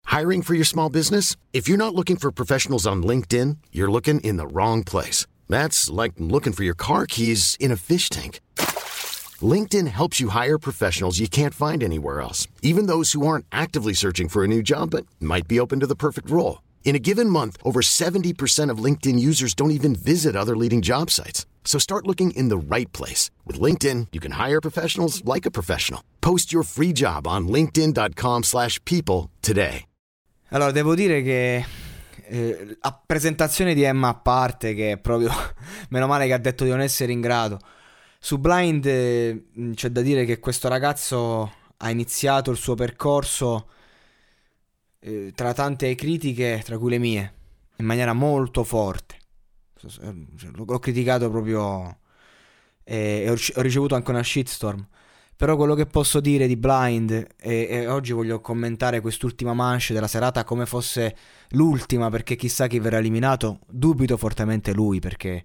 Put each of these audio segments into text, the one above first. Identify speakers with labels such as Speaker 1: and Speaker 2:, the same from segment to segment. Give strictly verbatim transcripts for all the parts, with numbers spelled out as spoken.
Speaker 1: Hiring for your small business? If you're not looking for professionals on LinkedIn, you're looking in the wrong place. That's like looking for your car keys in a fish tank. LinkedIn helps you hire professionals you can't find anywhere else, even those who aren't actively searching for a new job but might be open to the perfect role. In a given month, over seventy percent of LinkedIn users don't even visit other leading job sites. So start looking in the right place. With LinkedIn, you can hire professionals like a professional. Post your free job on linkedin.com slash people today.
Speaker 2: Allora, devo dire che eh, a presentazione di Emma a parte, che è proprio meno male che ha detto di non essere in grado, su Blind eh, c'è da dire che questo ragazzo ha iniziato il suo percorso eh, tra tante critiche, tra cui le mie, in maniera molto forte. L'ho criticato proprio e ho ricevuto anche una shitstorm. Però quello che posso dire di Blind, e, e oggi voglio commentare quest'ultima manche della serata come fosse l'ultima, perché chissà chi verrà eliminato. Dubito fortemente lui, perché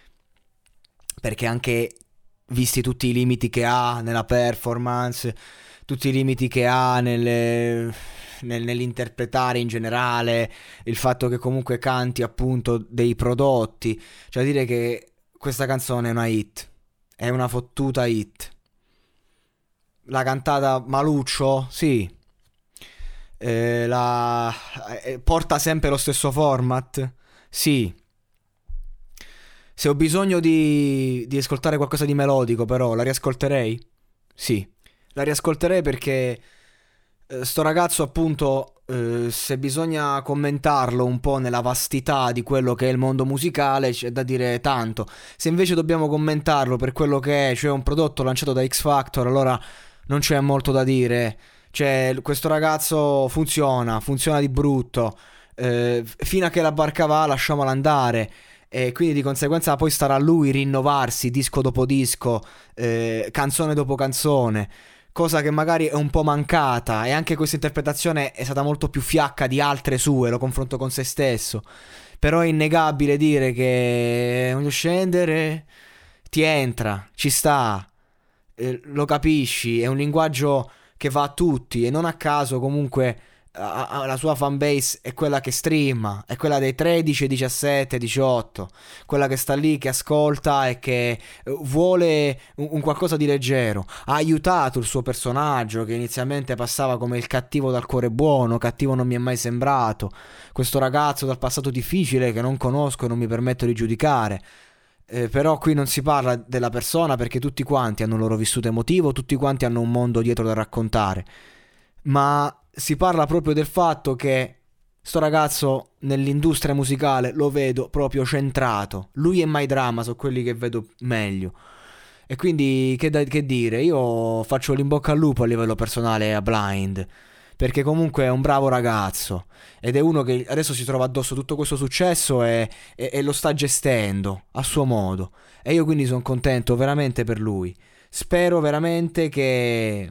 Speaker 2: perché anche visti tutti i limiti che ha nella performance, tutti i limiti che ha nelle, nel, nell'interpretare in generale, il fatto che comunque canti appunto dei prodotti, cioè dire che questa canzone è una hit, è una fottuta hit. La cantata Maluccio, sì, eh, la, eh, porta sempre lo stesso format, sì. Se ho bisogno di, di ascoltare qualcosa di melodico, però la riascolterei? Sì, la riascolterei perché eh, sto ragazzo appunto, eh, se bisogna commentarlo un po' nella vastità di quello che è il mondo musicale, c'è da dire tanto. Se invece dobbiamo commentarlo per quello che è, cioè un prodotto lanciato da X Factor, allora non c'è molto da dire. Cioè, questo ragazzo funziona, funziona di brutto, eh, fino a che la barca va lasciamola andare. E quindi di conseguenza poi starà a lui rinnovarsi disco dopo disco, eh, canzone dopo canzone, cosa che magari è un po' mancata. E anche questa interpretazione è stata molto più fiacca di altre sue, lo confronto con se stesso. Però è innegabile dire che voglio scendere, ti entra, ci sta, eh, lo capisci, è un linguaggio che va a tutti. E non a caso comunque la sua fanbase è quella che streama, è quella dei tredici, diciassette, diciotto, quella che sta lì, che ascolta e che vuole un, un qualcosa di leggero. Ha aiutato il suo personaggio, che inizialmente passava come il cattivo dal cuore buono, cattivo non mi è mai sembrato, questo ragazzo dal passato difficile che non conosco e non mi permetto di giudicare. Eh, però qui non si parla della persona, perché tutti quanti hanno un loro vissuto emotivo, tutti quanti hanno un mondo dietro da raccontare, ma si parla proprio del fatto che sto ragazzo nell'industria musicale lo vedo proprio centrato. Lui e My Drama sono quelli che vedo meglio. E quindi che, da, che dire, io faccio l'in bocca al lupo a livello personale a Blind, perché comunque è un bravo ragazzo ed è uno che adesso si trova addosso tutto questo successo e, e, e lo sta gestendo a suo modo. E io quindi sono contento veramente per lui. Spero veramente che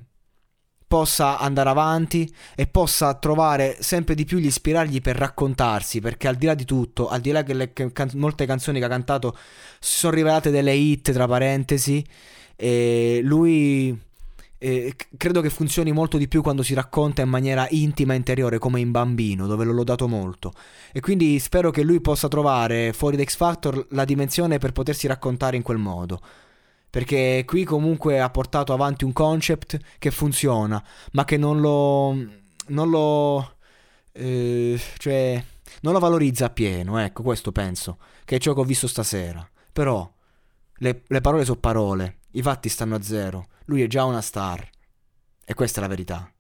Speaker 2: possa andare avanti e possa trovare sempre di più gli ispirargli per raccontarsi, perché al di là di tutto, al di là che le can- molte canzoni che ha cantato si sono rivelate delle hit tra parentesi, e lui eh, credo che funzioni molto di più quando si racconta in maniera intima e interiore, come in Bambino, dove l'ho lodato molto. E quindi spero che lui possa trovare fuori da X Factor la dimensione per potersi raccontare in quel modo, perché qui comunque ha portato avanti un concept che funziona, ma che non lo non lo eh, cioè non lo valorizza appieno. Ecco, questo penso che è ciò che ho visto stasera. Però le, le parole sono parole, i fatti stanno a zero. Lui è già una star e questa è la verità.